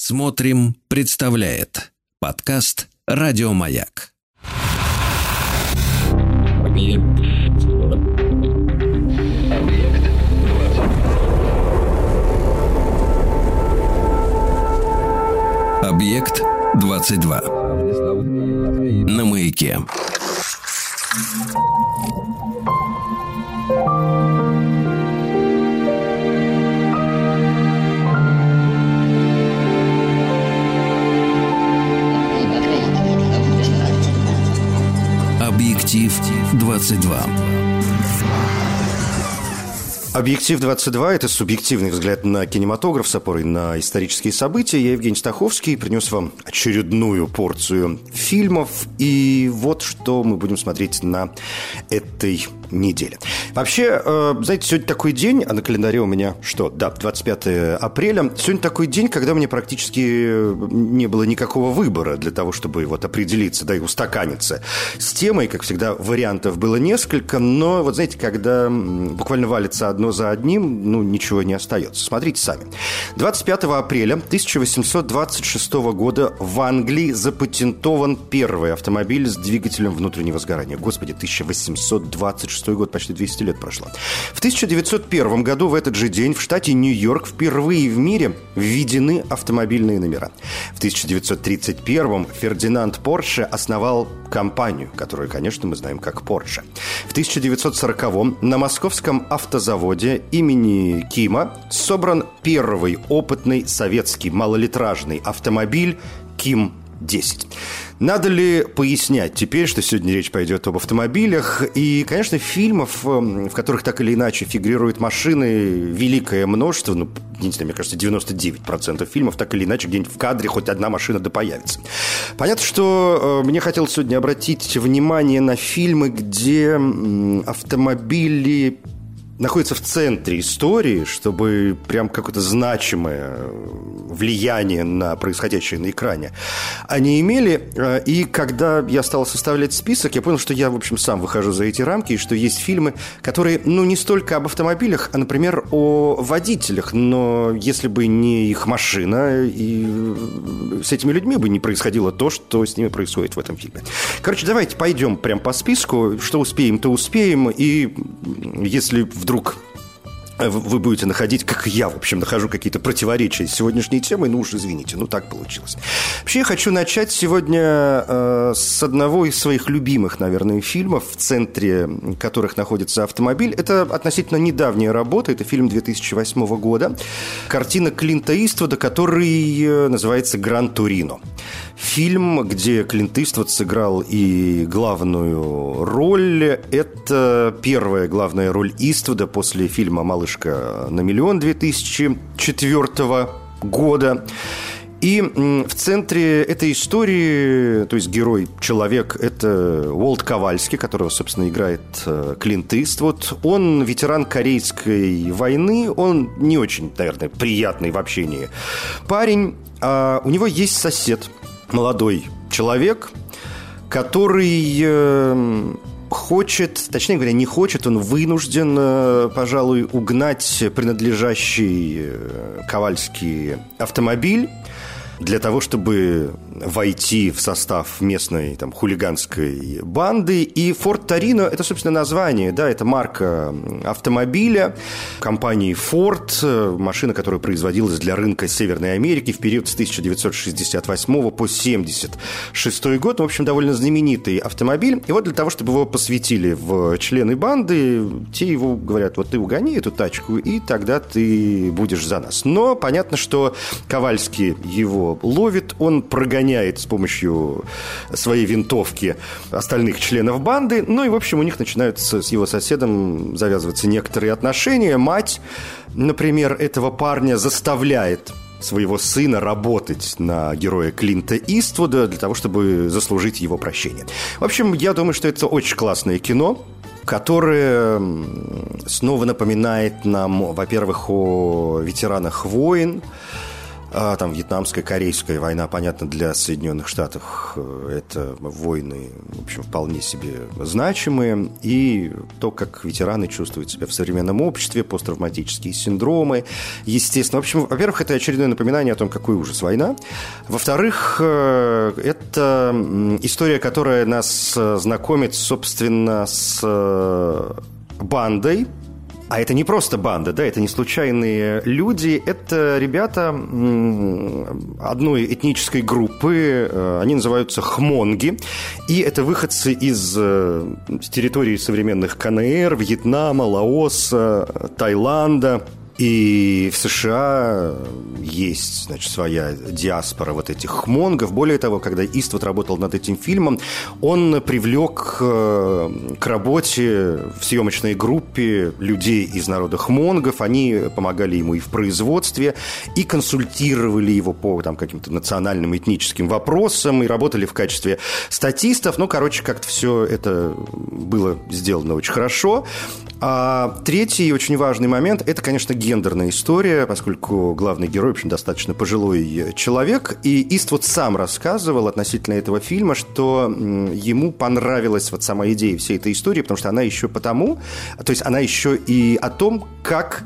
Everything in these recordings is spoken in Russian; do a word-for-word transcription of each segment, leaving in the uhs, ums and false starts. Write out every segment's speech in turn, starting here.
Смотрим, представляет подкаст «Радиомаяк». Объект двадцать два. На Маяке. Объектив двадцать два. Объектив двадцать два – это субъективный взгляд на кинематограф с опорой на исторические события. Я, Евгений Стаховский, принес вам очередную порцию фильмов. И вот что мы будем смотреть на этой неделе. Вообще, знаете, сегодня такой день, а на календаре у меня что? Да, двадцать пятое апреля. Сегодня такой день, когда у меня практически не было никакого выбора для того, чтобы вот определиться, да, и устаканиться с темой. Как всегда, вариантов было несколько, но вот знаете, когда буквально валится одно за одним, ну, ничего не остается. Смотрите сами. двадцать пятого апреля тысяча восемьсот двадцать шестого года в Англии запатентован первый автомобиль с двигателем внутреннего сгорания. Господи, тысяча восемьсот двадцать шестой год, почти двести лет прошло. В тысяча девятьсот первом году в этот же день в штате Нью-Йорк впервые в мире введены автомобильные номера. В тысяча девятьсот тридцать первом Фердинанд Порше основал компанию, которую, конечно, мы знаем как Porsche. В тысяча девятьсот сороковом на московском автозаводе имени Кима собран первый опытный советский малолитражный автомобиль Ким десять. Надо ли пояснять теперь, что сегодня речь пойдет об автомобилях? И, конечно, фильмов, в которых так или иначе фигурируют машины, великое множество. Ну, не знаю, мне кажется, девяносто девять процентов фильмов так или иначе где-нибудь в кадре хоть одна машина да появится. Понятно, что мне хотелось сегодня обратить внимание на фильмы, где автомобили находится в центре истории, чтобы прям какое-то значимое влияние на происходящее на экране они имели. И когда я стал составлять список, я понял, что я, в общем, сам выхожу за эти рамки, и что есть фильмы, которые, ну, не столько об автомобилях, а, например, о водителях. Но если бы не их машина, и с этими людьми бы не происходило то, что с ними происходит в этом фильме. Короче, давайте пойдем прям по списку. Что успеем, то успеем. И если вдруг Вдруг вы будете находить, как я, в общем, нахожу какие-то противоречия с сегодняшней темой, ну уж извините, ну так получилось. Вообще я хочу начать сегодня э, с одного из своих любимых, наверное, фильмов, в центре которых находится автомобиль. Это относительно недавняя работа, это фильм две тысячи восьмого года, картина Клинта Иствуда, который называется «Гран-Турино». Фильм, где Клинт Иствуд сыграл и главную роль. Это первая главная роль Иствуда после фильма «Малышка на миллион» две тысячи четвёртого года. И в центре этой истории, то есть герой-человек, это Уолт Ковальский, которого, собственно, играет Клинт Иствуд. Он ветеран Корейской войны, он не очень, наверное, приятный в общении парень. А у него есть сосед, молодой человек, который э, хочет, точнее говоря, не хочет, он вынужден, э, пожалуй, угнать принадлежащий э, Ковальски автомобиль для того, чтобы войти в состав местной там, хулиганской банды. И Ford Torino – это, собственно, название, да, это марка автомобиля компании Ford, машина, которая производилась для рынка Северной Америки в период с тысяча девятьсот шестьдесят восьмого по семьдесят шестой год. В общем, довольно знаменитый автомобиль. И вот для того, чтобы его посвятили в члены банды, те его говорят, вот ты угони эту тачку, и тогда ты будешь за нас. Но понятно, что Ковальский его ловит, он прогоняет с помощью своей винтовки остальных членов банды. Ну и, в общем, у них начинают с, с его соседом завязываться некоторые отношения. Мать, например, этого парня заставляет своего сына работать на героя Клинта Иствуда для того, чтобы заслужить его прощение. В общем, я думаю, что это очень классное кино, которое снова напоминает нам, во-первых, о ветеранах войн, А там вьетнамская, корейская война, понятно, для Соединенных Штатов это войны, в общем, вполне себе значимые. И то, как ветераны чувствуют себя в современном обществе, посттравматические синдромы, естественно. В общем, во-первых, это очередное напоминание о том, какой ужас война. Во-вторых, это история, которая нас знакомит, собственно, с бандой. А это не просто банда, да, это не случайные люди, это ребята одной этнической группы, они называются хмонги, и это выходцы из территории современных КНР, Вьетнама, Лаоса, Таиланда. И в США есть, значит, своя диаспора вот этих хмонгов. Более того, когда Иствуд работал над этим фильмом, он привлек к работе в съемочной группе людей из народа хмонгов. Они помогали ему и в производстве, и консультировали его по там, каким-то национальным этническим вопросам, и работали в качестве статистов. Ну, короче, как-то все это было сделано очень хорошо. А третий очень важный момент – это, конечно, гендерная история, поскольку главный герой, в общем, достаточно пожилой человек. И Иствуд сам рассказывал относительно этого фильма, что ему понравилась вот сама идея всей этой истории, потому что она еще потому, то есть она еще и о том, как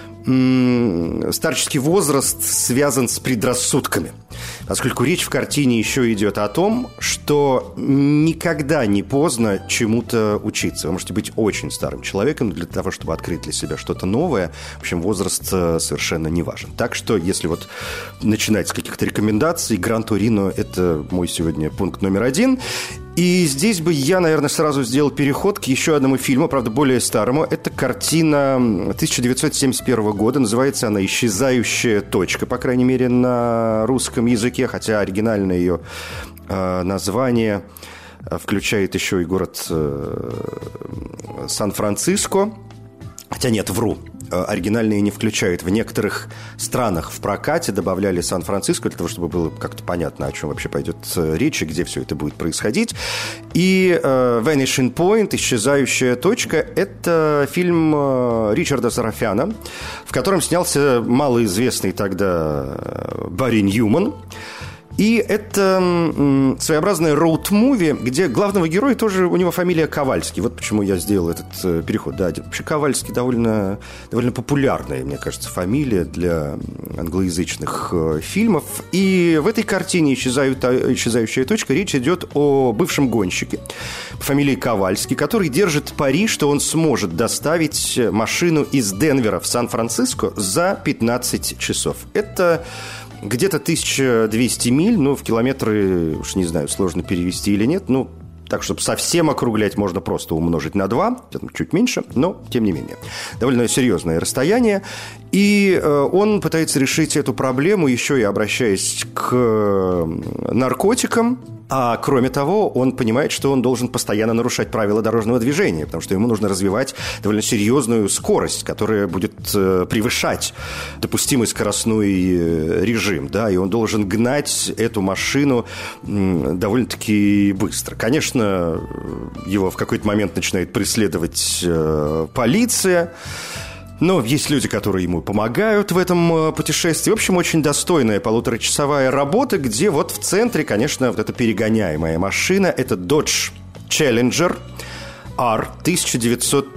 старческий возраст связан с предрассудками. Поскольку речь в картине еще идет о том, что никогда не поздно чему-то учиться. Вы можете быть очень старым человеком, но для того, чтобы открыть для себя что-то новое, в общем, возраст совершенно не важен. Так что, если вот начинать с каких-то рекомендаций, Гран-Торино – это мой сегодня пункт номер один. И здесь бы я, наверное, сразу сделал переход к еще одному фильму, правда, более старому. Это картина тысяча девятьсот семьдесят первого года. Называется она «Исчезающая точка», по крайней мере, на русском языке, хотя оригинальное ее э, название включает еще и город э, Сан-Франциско. Хотя нет, вру. Оригинальные не включают. В некоторых странах в прокате добавляли Сан-Франциско для того, чтобы было как-то понятно, о чем вообще пойдет речь и где все это будет происходить. И э, «Vanishing Point», «Исчезающая точка» – это фильм Ричарда Сарафяна, в котором снялся малоизвестный тогда Барри Ньюман. И это м, своеобразное роуд-муви, где главного героя тоже, у него фамилия Ковальский. Вот почему я сделал этот э, переход. Да, вообще Ковальский довольно, довольно популярная, мне кажется, фамилия для англоязычных э, фильмов. И в этой картине «Исчезают, «Исчезающая точка» речь идет о бывшем гонщике по фамилии Ковальский, который держит пари, что он сможет доставить машину из Денвера в Сан-Франциско за пятнадцать часов. Это где-то тысяча двести миль, ну, в километры, уж не знаю, сложно перевести или нет, ну, так, чтобы совсем округлять, можно просто умножить на два, чуть меньше, но тем не менее. Довольно серьезное расстояние. И э, он пытается решить эту проблему, еще и обращаясь к наркотикам. А кроме того, он понимает, что он должен постоянно нарушать правила дорожного движения, потому что ему нужно развивать довольно серьезную скорость, которая будет э, превышать допустимый скоростной режим, да, и он должен гнать эту машину э, довольно-таки быстро. Конечно, его в какой-то момент начинает преследовать э, полиция. Но есть люди, которые ему помогают в этом путешествии. В общем, очень достойная полуторачасовая работа, где вот в центре, конечно, вот эта перегоняемая машина. Это Dodge Challenger R тысяча девятьсот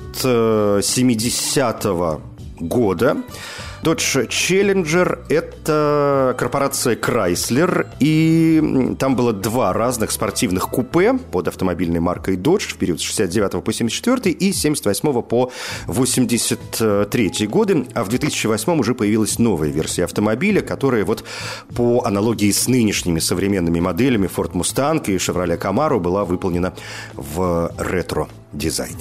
семидесятого года. Dodge Challenger – это корпорация Chrysler, и там было два разных спортивных купе под автомобильной маркой Dodge в период с шестьдесят девятого по семьдесят четвёртый и с семьдесят восьмого по восемьдесят третий годы. А в две тысячи восьмом уже появилась новая версия автомобиля, которая вот по аналогии с нынешними современными моделями Ford Mustang и Chevrolet Camaro была выполнена в ретро-дизайне.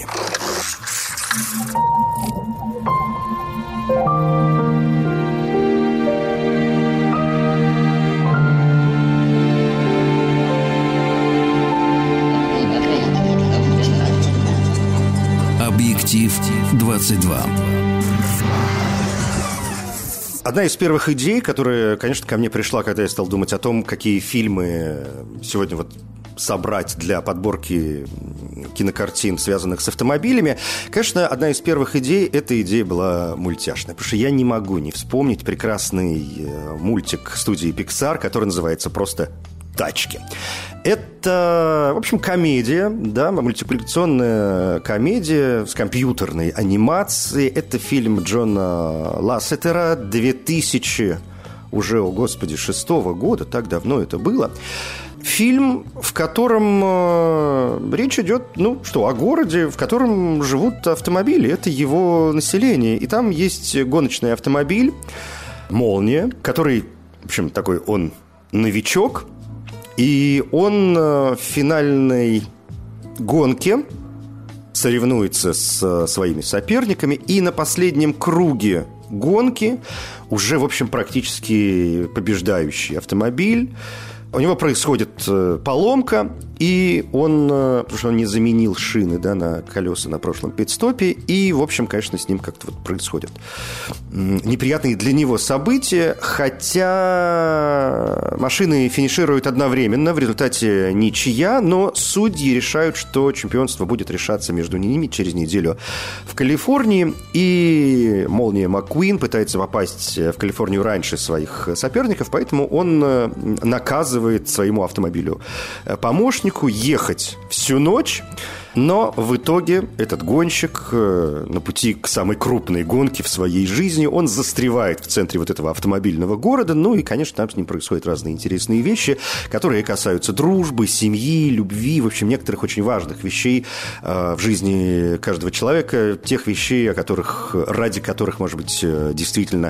Объектив двадцать два. Одна из первых идей, которая, конечно, ко мне пришла, когда я стал думать о том, какие фильмы сегодня вот собрать для подборки кинокартин, связанных с автомобилями. Конечно, одна из первых идей, эта идея была мультяшная, потому что я не могу не вспомнить прекрасный мультик студии Pixar, который называется просто «Тачки». Это, в общем, комедия, да, мультипликационная комедия с компьютерной анимацией. Это фильм Джона Лассетера две тысячи уже, о господи, шестого года, так давно это было. Фильм, в котором э, речь идет, ну что, о городе, в котором живут автомобили. Это его население. И там есть гоночный автомобиль «Молния», который, в общем, такой он новичок. И он в финальной гонке соревнуется с своими соперниками. И на последнем круге гонки уже, в общем, практически побеждающий автомобиль. У него происходит поломка, и он, потому что он не заменил шины, да, на колеса на прошлом пит-стопе, и, в общем, конечно, с ним как-то вот происходят неприятные для него события, хотя машины финишируют одновременно, в результате ничья, но судьи решают, что чемпионство будет решаться между ними через неделю в Калифорнии, и «Молния» Маккуин пытается попасть в Калифорнию раньше своих соперников, поэтому он наказывает своему автомобилю помощнику ехать всю ночь, но в итоге этот гонщик на пути к самой крупной гонке в своей жизни, он застревает в центре вот этого автомобильного города, ну и, конечно, там с ним происходят разные интересные вещи, которые касаются дружбы, семьи, любви, в общем, некоторых очень важных вещей в жизни каждого человека, тех вещей, о которых, ради которых, может быть, действительно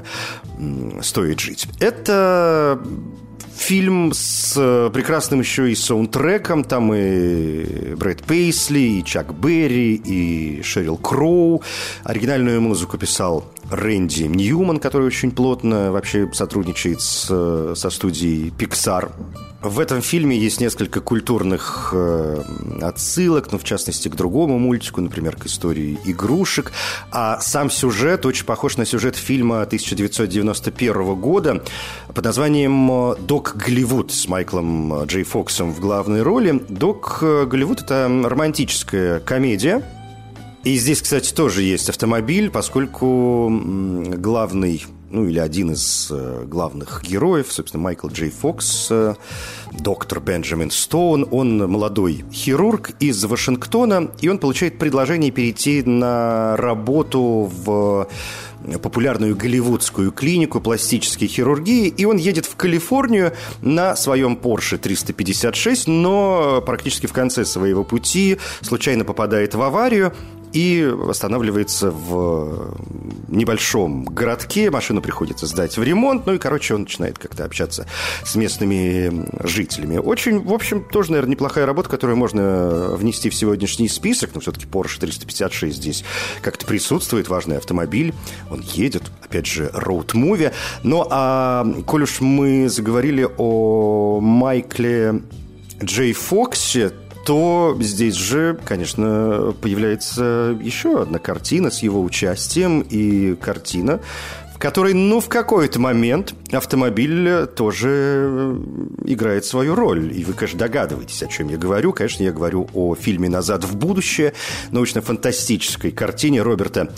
стоит жить. Это фильм с прекрасным еще и саундтреком. Там и Брэд Пейсли, и Чак Берри, и Шерил Кроу. Оригинальную музыку писал Рэнди Ньюман, который очень плотно вообще сотрудничает с, со студией Pixar. В этом фильме есть несколько культурных э, отсылок, ну, в частности, к другому мультику, например, к истории игрушек. А сам сюжет очень похож на сюжет фильма тысяча девятьсот девяносто первого года под названием «Док Голливуд» с Майклом Джей Фоксом в главной роли. «Док Голливуд» — это романтическая комедия. И здесь, кстати, тоже есть автомобиль, поскольку главный, ну или один из главных героев, собственно, Майкл Джей Фокс, доктор Бенджамин Стоун, он молодой хирург из Вашингтона, и он получает предложение перейти на работу в популярную голливудскую клинику пластической хирургии, и он едет в Калифорнию на своем Porsche триста пятьдесят шесть, но практически в конце своего пути случайно попадает в аварию и останавливается в небольшом городке. Машину приходится сдать в ремонт. Ну и, короче, он начинает как-то общаться с местными жителями. Очень, в общем, тоже, наверное, неплохая работа, которую можно внести в сегодняшний список. Но все-таки Porsche триста пятьдесят шесть здесь как-то присутствует. Важный автомобиль. Он едет. Опять же, роуд-муви. Ну, а коль уж мы заговорили о Майкле Джей Фоксе, то здесь же, конечно, появляется еще одна картина с его участием, и картина, в которой, ну, в какой-то момент автомобиль тоже играет свою роль. И вы, конечно, догадываетесь, о чем я говорю. Конечно, я говорю о фильме «Назад в будущее», научно-фантастической картине Роберта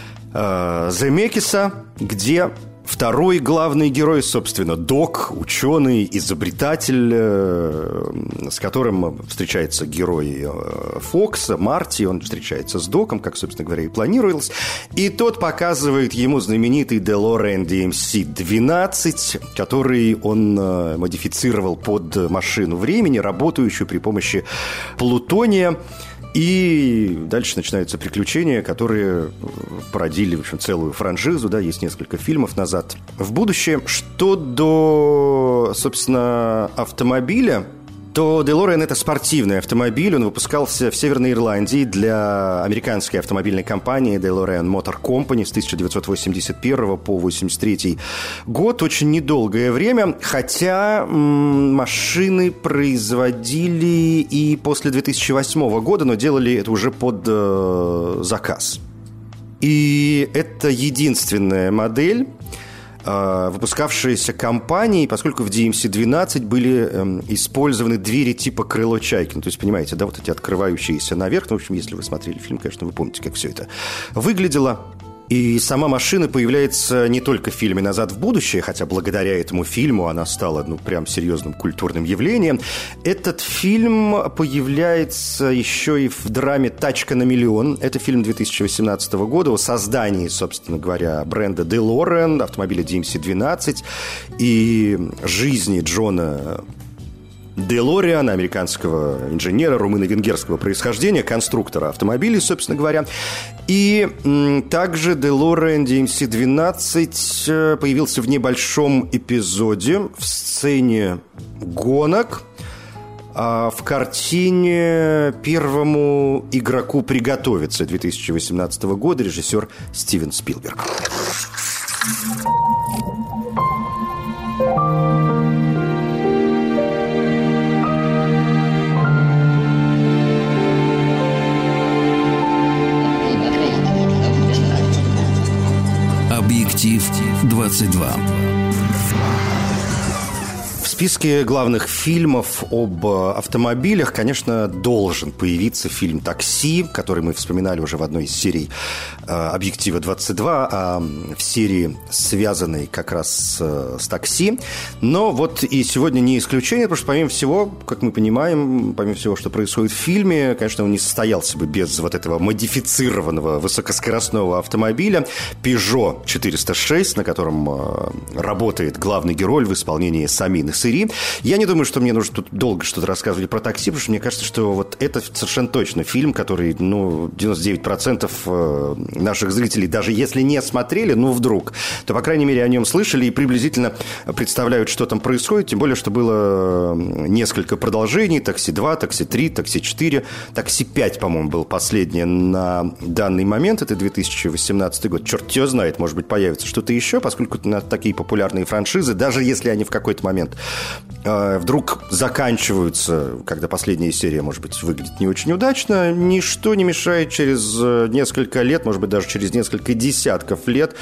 э, Земекиса, где второй главный герой, собственно, док, ученый, изобретатель, с которым встречается герой Фокса, Марти. Он встречается с доком, как, собственно говоря, и планировалось. И тот показывает ему знаменитый DeLorean ди эм си двенадцать, который он модифицировал под машину времени, работающую при помощи плутония. И дальше начинаются приключения, которые породили, в общем, целую франшизу, да, есть несколько фильмов «Назад в будущее». Что до, собственно, автомобиля, то DeLorean – это спортивный автомобиль. Он выпускался в Северной Ирландии для американской автомобильной компании DeLorean Motor Company с тысяча девятьсот восемьдесят первого по восемьдесят третий год. Очень недолгое время, хотя м- машины производили и после две тысячи восьмого года, но делали это уже под э, заказ. И это единственная модель, выпускавшаяся компанией, поскольку в ди эм си двенадцать были э, использованы двери типа крыло чайки. Ну, то есть, понимаете, да, вот эти открывающиеся наверх. Ну, в общем, если вы смотрели фильм, конечно, вы помните, как все это выглядело. И сама машина появляется не только в фильме «Назад в будущее», хотя благодаря этому фильму она стала, ну, прям серьезным культурным явлением. Этот фильм появляется еще и в драме «Тачка на миллион». Это фильм две тысячи восемнадцатого года о создании, собственно говоря, бренда DeLorean, автомобиля ди эм си двенадцать и жизни Джона DeLorean, американского инженера румыно-венгерского происхождения, конструктора автомобилей, собственно говоря. И м, также DeLorean ди эм си двенадцать появился в небольшом эпизоде в сцене гонок а, в картине «Первому игроку приготовиться» две тысячи восемнадцатого года, режиссер Стивен Спилберг. Объектив двадцать два. В списке главных фильмов об автомобилях, конечно, должен появиться фильм «Такси», который мы вспоминали уже в одной из серий «Объектива двадцать два», а в серии, связанной как раз с такси. Но вот и сегодня не исключение, потому что, помимо всего, как мы понимаем, помимо всего, что происходит в фильме, конечно, он не состоялся бы без вот этого модифицированного высокоскоростного автомобиля Peugeot четыреста шесть, на котором работает главный герой в исполнении Самины Сари. Я не думаю, что мне нужно тут долго что-то рассказывать про «Такси», потому что мне кажется, что вот это совершенно точно фильм, который, ну, девяносто девять процентов наших зрителей, даже если не смотрели, ну, вдруг, то, по крайней мере, о нем слышали и приблизительно представляют, что там происходит, тем более, что было несколько продолжений: «Такси два», «Такси три», «Такси четыре», «Такси пять», по-моему, был последнее на данный момент, это две тысячи восемнадцатый год. Черт его знает, может быть, появится что-то еще, поскольку на такие популярные франшизы, даже если они в какой-то момент вдруг заканчиваются, когда последняя серия, может быть, выглядит не очень удачно, ничто не мешает через несколько лет, может быть, даже через несколько десятков лет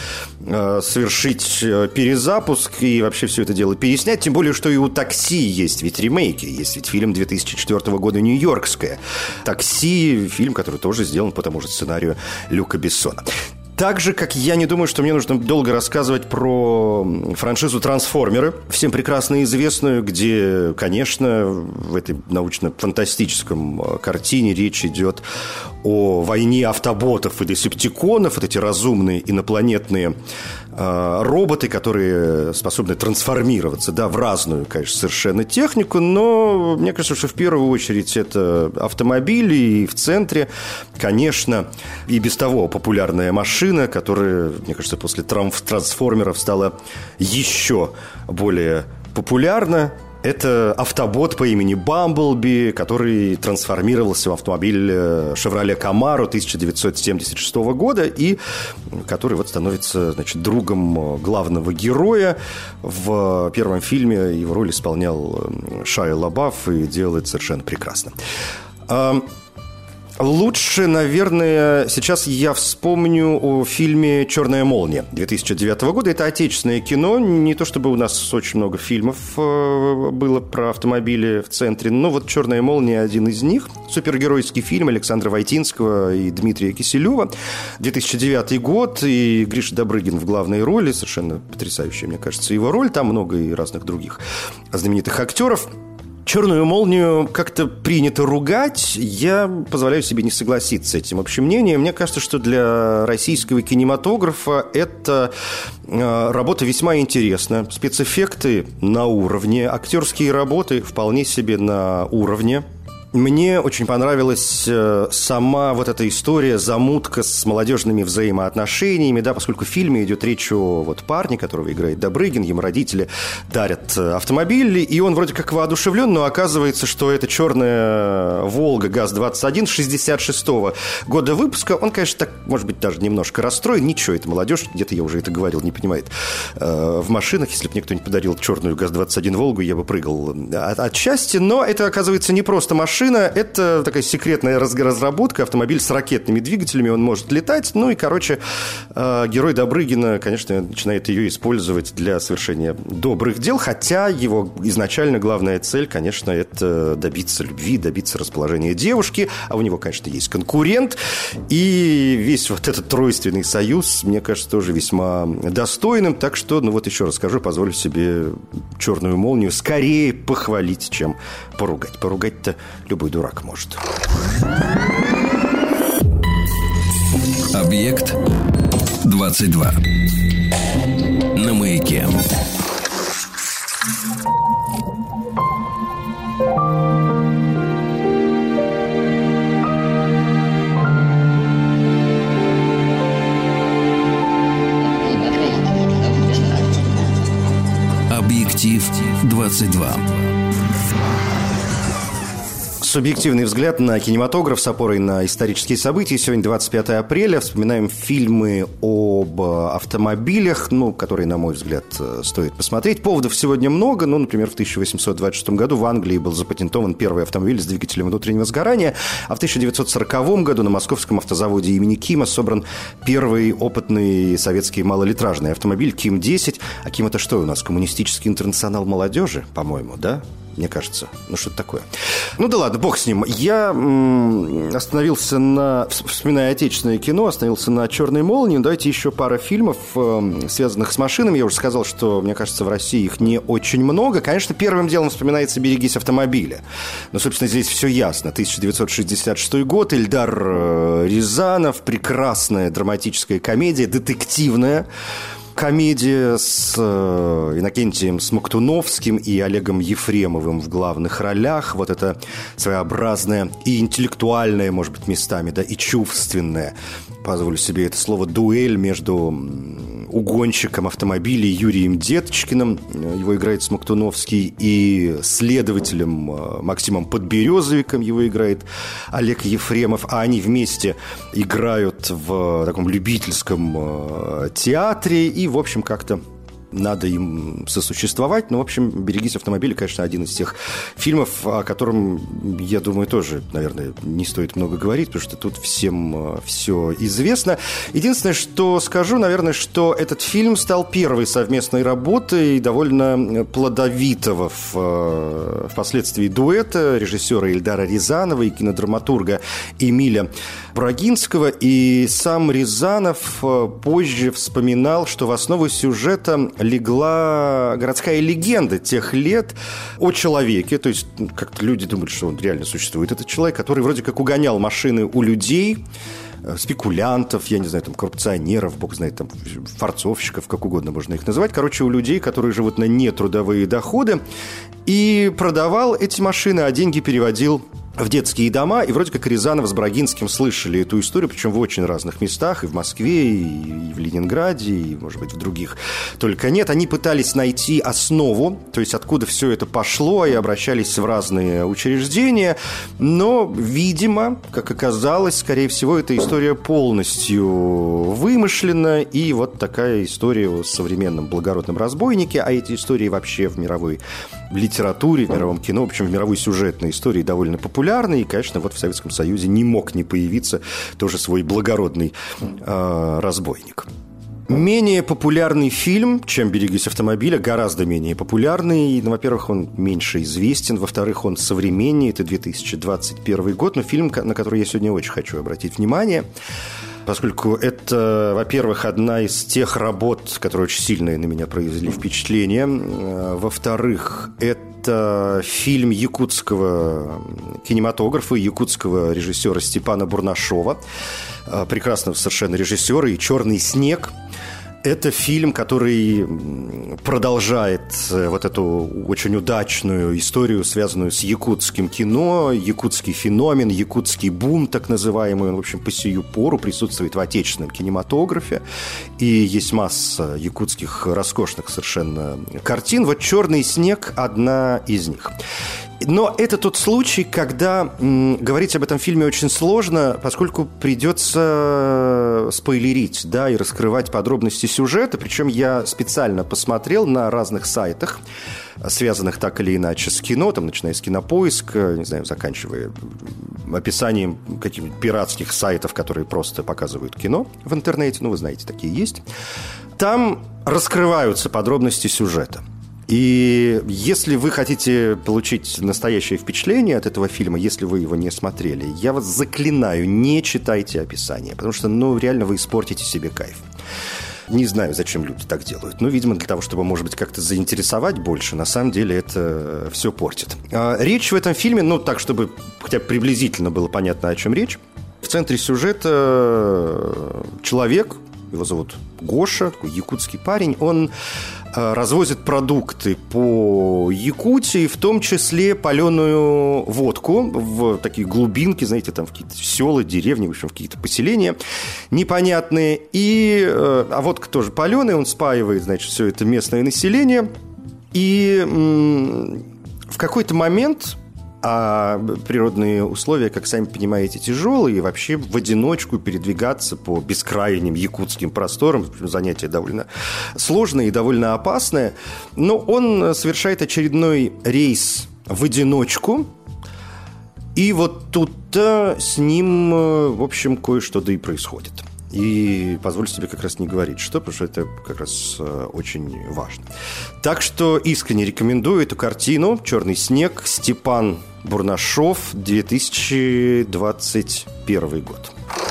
совершить перезапуск и вообще все это дело переснять. Тем более, что и у «Такси» есть ведь ремейки. Есть ведь фильм две тысячи четвёртого года «Нью-Йоркская». «Такси» — фильм, который тоже сделан по тому же сценарию Люка Бессона. Так же, как я не думаю, что мне нужно долго рассказывать про франшизу «Трансформеры», всем прекрасно известную, где, конечно, в этой научно-фантастическом картине речь идет о войне автоботов и десептиконов, вот эти разумные инопланетные э, роботы, которые способны трансформироваться, да, в разную, конечно, совершенно технику, но мне кажется, что в первую очередь это автомобили, и в центре, конечно, и без того популярная машина, которая, мне кажется, после трансформеров стала еще более популярна. Это автобот по имени Бамблби, который трансформировался в автомобиль Chevrolet Camaro тысяча девятьсот семьдесят шестого года и который вот становится, значит, другом главного героя. В первом фильме его роль исполнял Шайа Лабаф и делал это совершенно прекрасно. Лучше, наверное, сейчас я вспомню о фильме «Черная молния» две тысячи девятого года. Это отечественное кино. Не то чтобы у нас очень много фильмов было про автомобили в центре, но вот «Черная молния» один из них. Супергеройский фильм Александра Войтинского и Дмитрия Киселева. две тысячи девятый год, и Гриша Добрыгин в главной роли. Совершенно потрясающая, мне кажется, его роль. Там много и разных других знаменитых актеров. «Черную молнию» как-то принято ругать. Я позволяю себе не согласиться с этим общим мнением. Мне кажется, что для российского кинематографа эта работа весьма интересна. Спецэффекты на уровне, актерские работы вполне себе на уровне. Мне очень понравилась сама вот эта история, замутка с молодежными взаимоотношениями, да, поскольку в фильме идет речь о вот парне, которого играет Добрыгин, ему родители дарят автомобиль, и он вроде как воодушевлен, но оказывается, что это черная «Волга ГАЗ двадцать один» шестьдесят шестого года выпуска. Он, конечно, так, может быть, даже немножко расстроен. Ничего, это молодежь, где-то я уже это говорил, не понимает. В машинах, если бы мне кто-нибудь подарил черную ГАЗ двадцать один «Волгу», я бы прыгал от, от счастья, но это, оказывается, не просто машина. машина – это такая секретная разработка, автомобиль с ракетными двигателями, он может летать. Ну и, короче, герой Добрыгина, конечно, начинает ее использовать для совершения добрых дел, хотя его изначально главная цель, конечно, это добиться любви, добиться расположения девушки, а у него, конечно, есть конкурент, и весь вот этот тройственный союз, мне кажется, тоже весьма достойным, так что, ну вот еще раз скажу, позволю себе «Черную молнию» скорее похвалить, чем поругать. Поругать-то любой дурак может. Объект двадцать два. На Маяке. Объектив двадцать два. Субъективный взгляд на кинематограф с опорой на исторические события. Сегодня двадцать пятое апреля. Вспоминаем фильмы об автомобилях, ну, которые, на мой взгляд, стоит посмотреть. Поводов сегодня много. Ну, например, в тысяча восемьсот двадцать шестом году в Англии был запатентован первый автомобиль с двигателем внутреннего сгорания. А в тысяча девятьсот сороковом году на московском автозаводе имени Кима собран первый опытный советский малолитражный автомобиль Ким десять. А Ким — это что у нас? Коммунистический интернационал молодежи, по-моему, да? Мне кажется. Ну, что-то такое. Ну, да ладно, бог с ним. Я м- остановился на... Вспоминая отечественное кино, остановился на «Черной молнии». Давайте еще пара фильмов, э, связанных с машинами. Я уже сказал, что, мне кажется, в России их не очень много. Конечно, первым делом вспоминается «Берегись автомобиля». Но, собственно, здесь все ясно. тысяча девятьсот шестьдесят шестой год. Эльдар э, Рязанов. Прекрасная драматическая комедия, детективная. Комедия с э, Иннокентием Смоктуновским и Олегом Ефремовым в главных ролях. Вот это своеобразное и интеллектуальное, может быть, местами, да, и чувственное, позволю себе это слово, дуэль между угонщиком автомобилей Юрием Деточкиным, его играет Смоктуновский, и следователем Максимом Подберезовиком, его играет Олег Ефремов. А они вместе играют в таком любительском театре, и, в общем, как-то надо им сосуществовать. Но, в общем, «Берегись автомобиля», конечно, один из тех фильмов, о котором, я думаю, тоже, наверное, не стоит много говорить, потому что тут всем все известно. Единственное, что скажу, наверное, что этот фильм стал первой совместной работой довольно плодовитого в, впоследствии дуэта режиссера Эльдара Рязанова и кинодраматурга Эмиля Брагинского. И сам Рязанов позже вспоминал, что в основу сюжета легла городская легенда тех лет о человеке. То есть как-то люди думали, что он реально существует. Это человек, который вроде как угонял машины у людей, спекулянтов, я не знаю, там, коррупционеров, бог знает, там, форцовщиков, как угодно можно их называть. Короче, у людей, которые живут на нетрудовые доходы. И продавал эти машины, а деньги переводил в детские дома, и вроде как Рязанов с Брагинским слышали эту историю, причем в очень разных местах, и в Москве, и в Ленинграде, и, может быть, в других. Только нет, они пытались найти основу, то есть откуда все это пошло, и обращались в разные учреждения, но, видимо, как оказалось, скорее всего, эта история полностью вымышлена, и вот такая история о современном благородном разбойнике, а эти истории вообще в мировой литературе, в мировом кино, в общем, в мировой сюжетной истории довольно популярны. И, конечно, вот в Советском Союзе не мог не появиться тоже свой благородный э, разбойник. Менее популярный фильм, чем «Берегись автомобиля», гораздо менее популярный. Ну, во-первых, он меньше известен, во-вторых, он современнее. Это две тысячи двадцать первый год, но фильм, на который я сегодня очень хочу обратить внимание, поскольку это, во-первых, одна из тех работ, которые очень сильно на меня произвели впечатление. Во-вторых, это фильм якутского кинематографа, якутского режиссера Степана Бурнашова, прекрасного совершенно режиссера, и «Черный снег». Это фильм, который продолжает вот эту очень удачную историю, связанную с якутским кино, якутский феномен, якутский бум, так называемый. Он, в общем, по сию пору присутствует в отечественном кинематографе. И есть масса якутских роскошных совершенно картин. Вот «Черный снег» – одна из них. Но это тот случай, когда м, говорить об этом фильме очень сложно, поскольку придется спойлерить, да, и раскрывать подробности сюжета. Причем я специально посмотрел на разных сайтах, связанных так или иначе с кино, там, начиная с Кинопоиска, не знаю, заканчивая описанием каких-нибудь пиратских сайтов, которые просто показывают кино в интернете. Ну, вы знаете, такие есть. Там раскрываются подробности сюжета. И если вы хотите получить настоящее впечатление от этого фильма, если вы его не смотрели, я вас заклинаю, не читайте описание, потому что, ну, реально вы испортите себе кайф. Не знаю, зачем люди так делают. Ну, видимо, для того, чтобы, может быть, как-то заинтересовать больше. На самом деле это все портит. Речь в этом фильме, ну, так, чтобы хотя бы приблизительно было понятно, о чем речь. В центре сюжета человек, его зовут Гоша, такой якутский парень, он развозит продукты по Якутии, в том числе паленую водку в такие глубинки, знаете, там в какие-то села, деревни, в общем, в какие-то поселения непонятные. И, а водка тоже паленая, он спаивает, значит, все это местное население. И м- в какой-то момент... А природные условия, как сами понимаете, тяжелые, и вообще в одиночку передвигаться по бескрайним якутским просторам, занятие довольно сложное и довольно опасное. Но он совершает очередной рейс в одиночку, и вот тут-то с ним, в общем, кое-что да и происходит. И позвольте себе как раз не говорить, что, потому что это как раз очень важно. Так что искренне рекомендую эту картину «Черный снег», Степан Бурнашов, две тысячи двадцать первый год.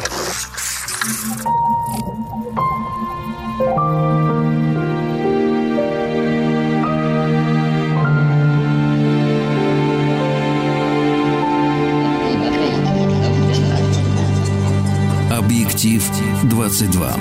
Объектив двадцать два.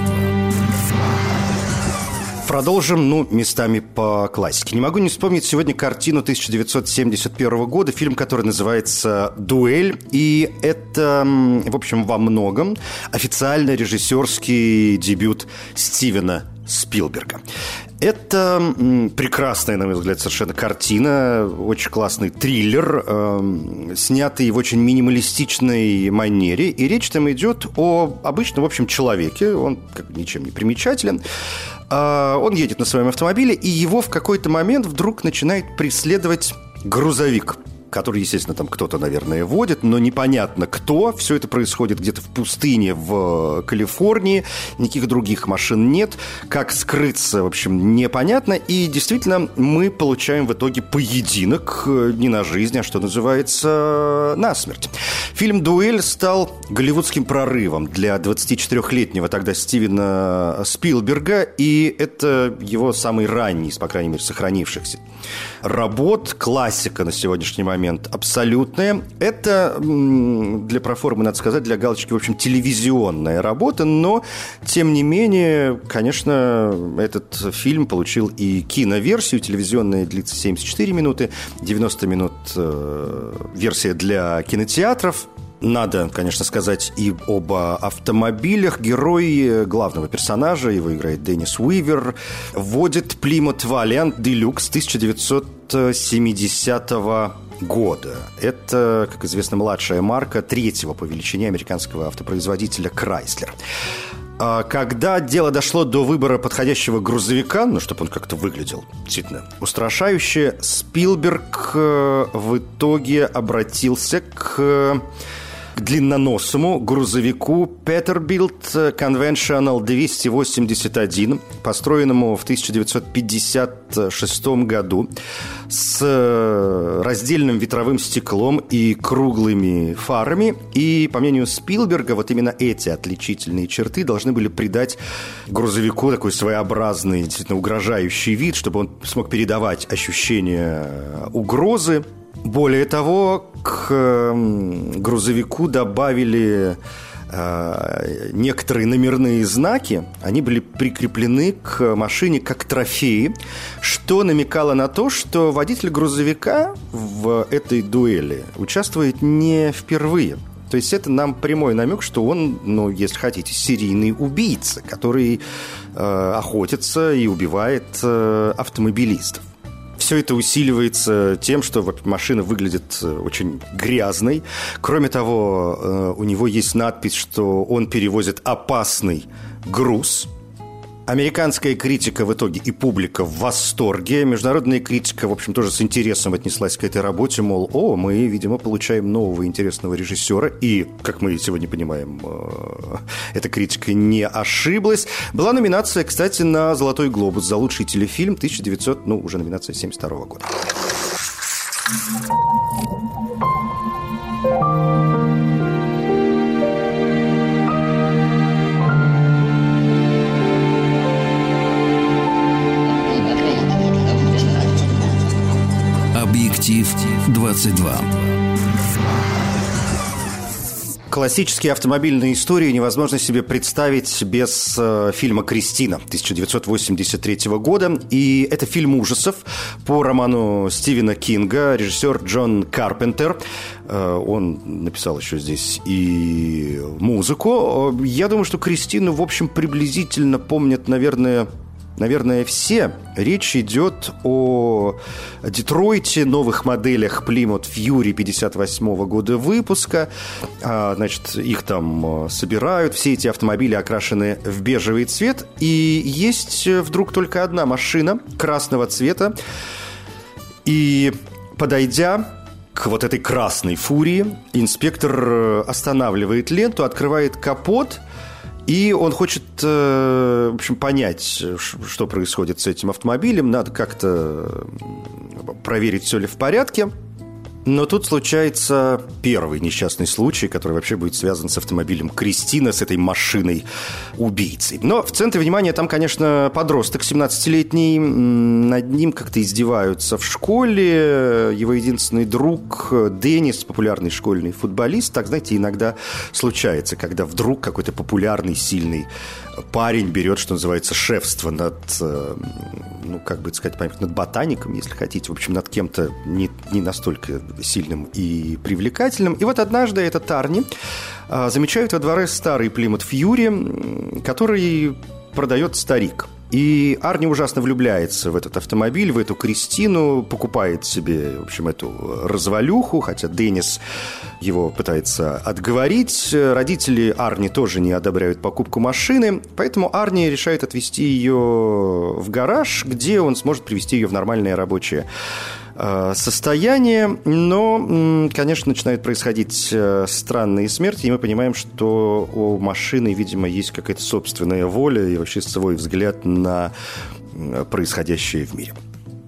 Продолжим, ну, местами по классике. Не могу не вспомнить сегодня картину тысяча девятьсот семьдесят первого года, фильм, который называется «Дуэль». И это, в общем, во многом официально режиссерский дебют Стивена Спилберга. Это прекрасная, на мой взгляд, совершенно картина, очень классный триллер, э, снятый в очень минималистичной манере. И речь там идет о обычном, в общем, человеке, он как бы ничем не примечателен. Э, он едет на своем автомобиле, и его в какой-то момент вдруг начинает преследовать грузовик, который, естественно, там кто-то, наверное, водит, но непонятно кто. Все это происходит где-то в пустыне в Калифорнии. Никаких других машин нет. Как скрыться, в общем, непонятно. И действительно, мы получаем в итоге поединок не на жизнь, а, что называется, на смерть. Фильм «Дуэль» стал голливудским прорывом для двадцатичетырёхлетнего тогда Стивена Спилберга. И это его самый ранний, по крайней мере, сохранившихся работ. Классика на сегодняшний момент. Абсолютная. Это для проформы, надо сказать, для галочки, в общем, телевизионная работа, но, тем не менее, конечно, этот фильм получил и киноверсию. Телевизионная длится семьдесят четыре минуты, девяносто минут э, версия для кинотеатров. Надо, конечно, сказать и об автомобилях. Герой главного персонажа, его играет Деннис Уивер, водит Plymouth Valiant Deluxe тысяча девятьсот семидесятого года. Это, как известно, младшая марка третьего по величине американского автопроизводителя Chrysler. Когда дело дошло до выбора подходящего грузовика, ну, чтобы он как-то выглядел действительно устрашающе, Спилберг в итоге обратился к к длинноносому грузовику Peterbilt Conventional двести восемьдесят один, построенному в тысяча девятьсот пятьдесят шестом году, с раздельным ветровым стеклом и круглыми фарами. И, по мнению Спилберга, вот именно эти отличительные черты должны были придать грузовику такой своеобразный, действительно угрожающий вид, чтобы он смог передавать ощущение угрозы. Более того, к грузовику добавили э, некоторые номерные знаки. Они были прикреплены к машине как трофеи, что намекало на то, что водитель грузовика в этой дуэли участвует не впервые. То есть это нам прямой намек, что он, ну, если хотите, серийный убийца, который э, охотится и убивает э, автомобилистов. все это усиливается тем, что машина выглядит очень грязной. Кроме того, у него есть надпись, что он перевозит опасный груз. Американская критика в итоге и публика в восторге. Международная критика, в общем, тоже с интересом отнеслась к этой работе. Мол, о, мы, видимо, получаем нового интересного режиссера. И, как мы сегодня понимаем, эта критика не ошиблась. Была номинация, кстати, на «Золотой глобус» за лучший телефильм тысяча девятьсот, ну, уже номинация семьдесят второго года. Объектив двадцать два. Классические автомобильные истории невозможно себе представить без э, фильма «Кристина» тысяча девятьсот восемьдесят третьего года. И это фильм ужасов по роману Стивена Кинга, режиссер Джон Карпентер. Э, он написал еще здесь и музыку. Я думаю, что «Кристину», в общем, приблизительно помнят, наверное... Наверное, все. Речь идет о Детройте, новых моделях Plymouth Fury пятьдесят восьмого года выпуска. Значит, их там собирают. Все эти автомобили окрашены в бежевый цвет. И есть вдруг только одна машина красного цвета. И, подойдя к вот этой красной фурии, инспектор останавливает ленту, открывает капот. И он хочет, в общем, понять, что происходит с этим автомобилем. Надо как-то проверить, все ли в порядке. Но тут случается первый несчастный случай, который вообще будет связан с автомобилем Кристина, с этой машиной-убийцей. Но в центре внимания там, конечно, подросток семнадцатилетний. Над ним как-то издеваются в школе. Его единственный друг Деннис, популярный школьный футболист. Так, знаете, иногда случается, когда вдруг какой-то популярный, сильный парень берет, что называется, шефство над, ну, как бы сказать, над ботаником, если хотите, в общем, над кем-то не, не настолько сильным и привлекательным. И вот однажды этот Арни а, замечает во дворе старый Plymouth Fury, который продает старик. И Арни ужасно влюбляется в этот автомобиль, в эту Кристину, покупает себе, в общем, эту развалюху, хотя Деннис его пытается отговорить. Родители Арни тоже не одобряют покупку машины, поэтому Арни решает отвезти ее в гараж, где он сможет привести ее в нормальное рабочее состояние. Но, конечно, начинают происходить странные смерти, и мы понимаем, что у машины, видимо, есть какая-то собственная воля и вообще свой взгляд на происходящее в мире.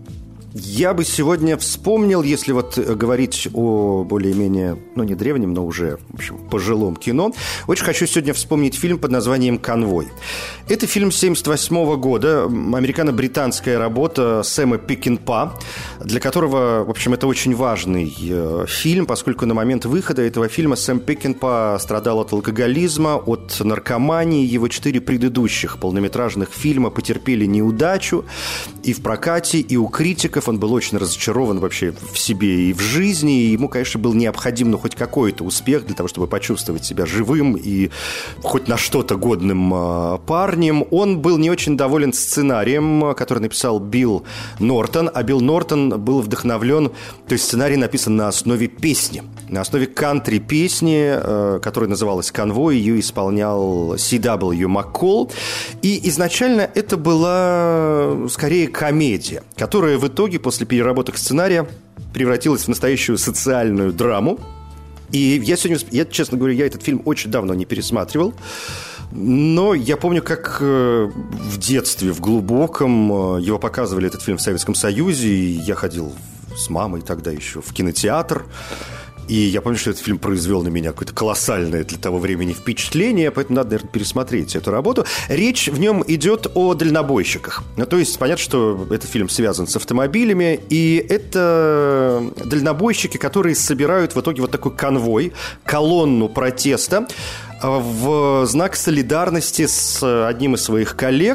Я бы сегодня вспомнил, если вот говорить о более-менее, ну, не древнем, но уже, в общем, пожилом кино, очень хочу сегодня вспомнить фильм под названием «Конвой». Это фильм семьдесят восьмого года, американо-британская работа Сэма Пекинпа, для которого, в общем, это очень важный э, фильм, поскольку на момент выхода этого фильма Сэм Пекинпа страдал от алкоголизма, от наркомании. Его четыре предыдущих полнометражных фильма потерпели неудачу и в прокате, и у критиков. Он был очень разочарован вообще в себе и в жизни, и ему, конечно, был необходим, ну, хоть какой-то успех для того, чтобы почувствовать себя живым и хоть на что-то годным э, парнем. Он был не очень доволен сценарием, который написал Билл Нортон, а Билл Нортон был вдохновлен, то есть сценарий написан на основе песни, на основе кантри-песни, э, которая называлась «Конвой», ее исполнял Си Дабл Ю Маккол, и изначально это была скорее комедия, которая в итоге после переработок сценария превратилась в настоящую социальную драму. И я сегодня, я, честно говоря, я этот фильм очень давно не пересматривал. Но я помню, как в детстве, в глубоком, его показывали, этот фильм, в Советском Союзе. И я ходил с мамой тогда еще в кинотеатр. И я помню, что этот фильм произвел на меня какое-то колоссальное для того времени впечатление, поэтому надо, наверное, пересмотреть эту работу. Речь в нем идет о дальнобойщиках. Ну, то есть понятно, что этот фильм связан с автомобилями, и это дальнобойщики, которые собирают в итоге вот такой конвой, колонну протеста в знак солидарности с одним из своих коллег,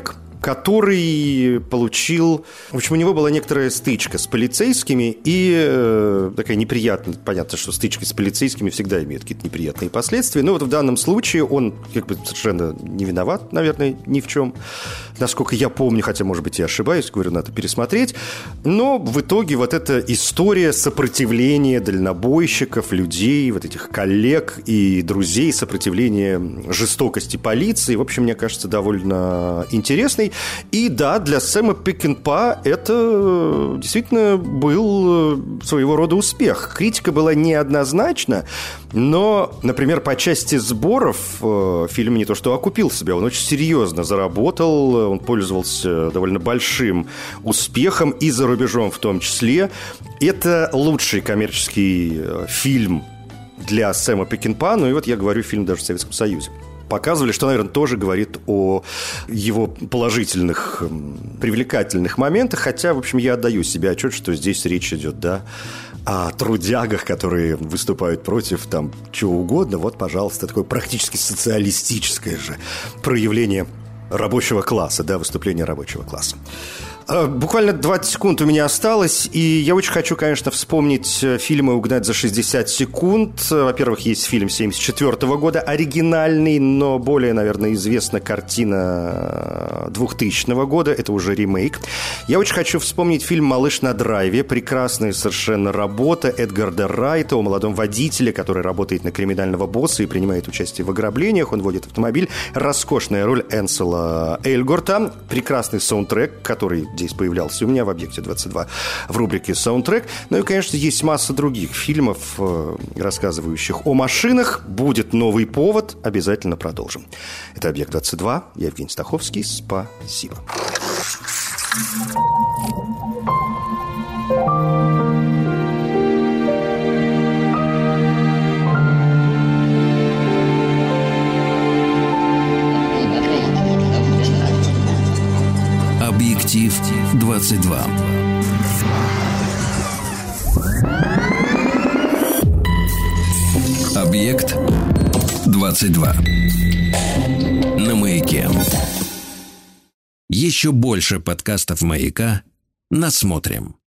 который получил... В общем, у него была некоторая стычка с полицейскими, и э, такая неприятная... Понятно, что стычка с полицейскими всегда имеет какие-то неприятные последствия, но вот в данном случае он как бы совершенно не виноват, наверное, ни в чем, насколько я помню, хотя, может быть, я ошибаюсь, говорю, надо пересмотреть, но в итоге вот эта история сопротивления дальнобойщиков, людей, вот этих коллег и друзей, сопротивления жестокости полиции, в общем, мне кажется, довольно интересный. И да, для Сэма Пекинпа это действительно был своего рода успех. Критика была неоднозначна, но, например, по части сборов фильм не то что окупил себя, он очень серьезно заработал, он пользовался довольно большим успехом и за рубежом в том числе. Это лучший коммерческий фильм для Сэма Пекинпа, ну и вот я говорю, фильм даже в Советском Союзе. Показывали, что, наверное, тоже говорит о его положительных, привлекательных моментах, хотя, в общем, я отдаю себе отчет, что здесь речь идет, да, о трудягах, которые выступают против там чего угодно. Вот, пожалуйста, такое практически социалистическое же проявление рабочего класса, да, выступление рабочего класса. Буквально двадцать секунд у меня осталось, и я очень хочу, конечно, вспомнить фильмы «Угнать за шестьдесят секунд». Во-первых, есть фильм семьдесят четвёртого года, оригинальный, но более, наверное, известна картина двухтысячного года, это уже ремейк. Я очень хочу вспомнить фильм «Малыш на драйве», прекрасная совершенно работа Эдгарда Райта о молодом водителе, который работает на криминального босса и принимает участие в ограблениях, он водит автомобиль, роскошная роль Энсела Эльгорта, прекрасный саундтрек, который здесь появлялся у меня в «Объекте двадцать два» в рубрике «Саундтрек». Ну и, конечно, есть масса других фильмов, рассказывающих о машинах. Будет новый повод, обязательно продолжим. Это «Объект двадцать два», я Евгений Стаховский. Спасибо. Объектив двадцать два. Объект двадцать два. На Маяке. Еще больше подкастов Маяка насмотрим.